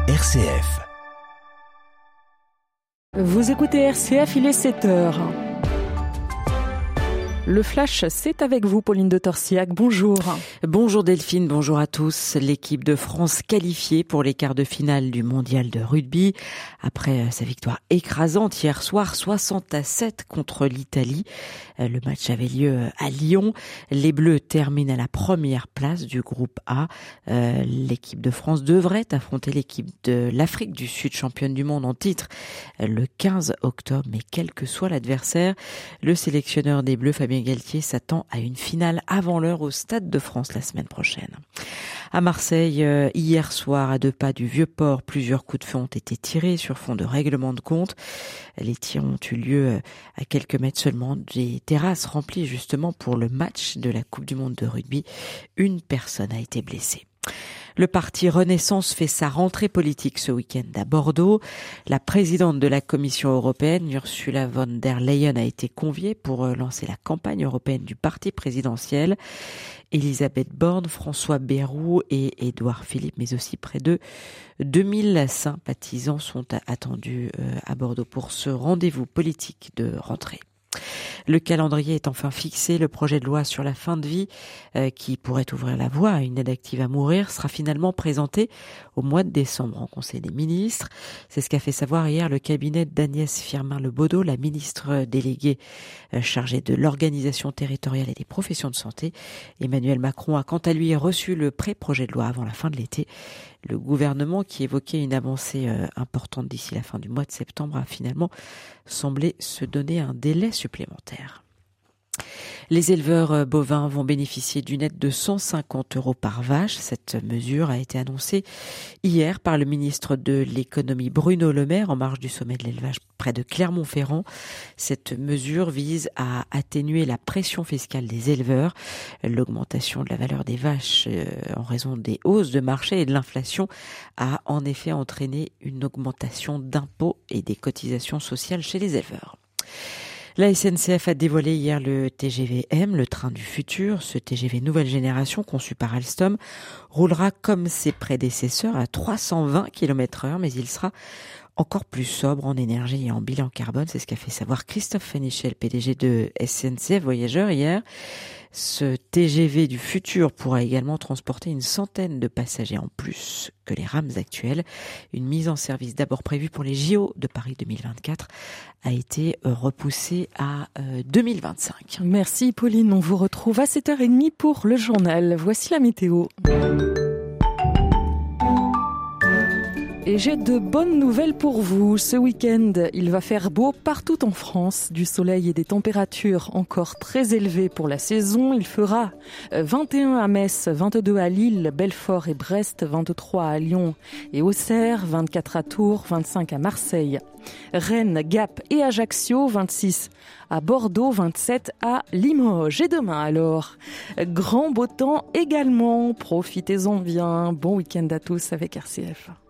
RCF. Vous écoutez RCF, il est 7h. Le Flash, c'est avec vous, Pauline de Torsiac. Bonjour. Bonjour Delphine, bonjour à tous. L'équipe de France qualifiée pour les quarts de finale du mondial de rugby. Après sa victoire écrasante hier soir, 60-7 contre l'Italie. Le match avait lieu à Lyon. Les Bleus terminent à la première place du groupe A. L'équipe de France devrait affronter l'équipe de l'Afrique du Sud, championne du monde en titre, le 15 octobre. Mais quel que soit l'adversaire, le sélectionneur des Bleus, Fabien Galtier, s'attend à une finale avant l'heure au Stade de France la semaine prochaine. À Marseille, hier soir, à 2 pas du Vieux-Port, plusieurs coups de feu ont été tirés sur fond de règlement de compte. Les tirs ont eu lieu à quelques mètres seulement des terrasses remplies justement pour le match de la Coupe du Monde de rugby. Une personne a été blessée. Le parti Renaissance fait sa rentrée politique ce week-end à Bordeaux. La présidente de la Commission européenne, Ursula von der Leyen, a été conviée pour lancer la campagne européenne du parti présidentiel. Elisabeth Borne, François Bayrou et Édouard Philippe, mais aussi près de 2000 sympathisants sont attendus à Bordeaux pour ce rendez-vous politique de rentrée. Le calendrier est enfin fixé. Le projet de loi sur la fin de vie, qui pourrait ouvrir la voie à une aide active à mourir, sera finalement présenté au mois de décembre en Conseil des ministres. C'est ce qu'a fait savoir hier le cabinet d'Agnès Firmin-Lebaudot, la ministre déléguée chargée de l'organisation territoriale et des professions de santé. Emmanuel Macron a quant à lui reçu le pré-projet de loi avant la fin de l'été. Le gouvernement, qui évoquait une avancée importante d'ici la fin du mois de septembre, a finalement semblé se donner un délai supplémentaire. Les éleveurs bovins vont bénéficier d'une aide de 150 € par vache. Cette mesure a été annoncée hier par le ministre de l'économie Bruno Le Maire en marge du sommet de l'élevage près de Clermont-Ferrand. Cette mesure vise à atténuer la pression fiscale des éleveurs. L'augmentation de la valeur des vaches en raison des hausses de marché et de l'inflation a en effet entraîné une augmentation d'impôts et des cotisations sociales chez les éleveurs. La SNCF a dévoilé hier le TGV M, le train du futur. Ce TGV nouvelle génération conçu par Alstom roulera comme ses prédécesseurs à 320 km/h, mais il sera encore plus sobre en énergie et en bilan carbone. C'est ce qu'a fait savoir Christophe Fénichet, le PDG de SNCF Voyageurs hier. Ce TGV du futur pourra également transporter une centaine de passagers en plus que les rames actuelles. Une mise en service d'abord prévue pour les JO de Paris 2024 a été repoussée à 2025. Merci Pauline, on vous retrouve à 7h30 pour le journal. Voici la météo. Et j'ai de bonnes nouvelles pour vous. Ce week-end, il va faire beau partout en France. Du soleil et des températures encore très élevées pour la saison. Il fera 21 à Metz, 22 à Lille, Belfort et Brest, 23 à Lyon et Auxerre, 24 à Tours, 25 à Marseille, Rennes, Gap et Ajaccio, 26 à Bordeaux, 27 à Limoges. Et demain alors, grand beau temps également. Profitez-en bien. Bon week-end à tous avec RCF.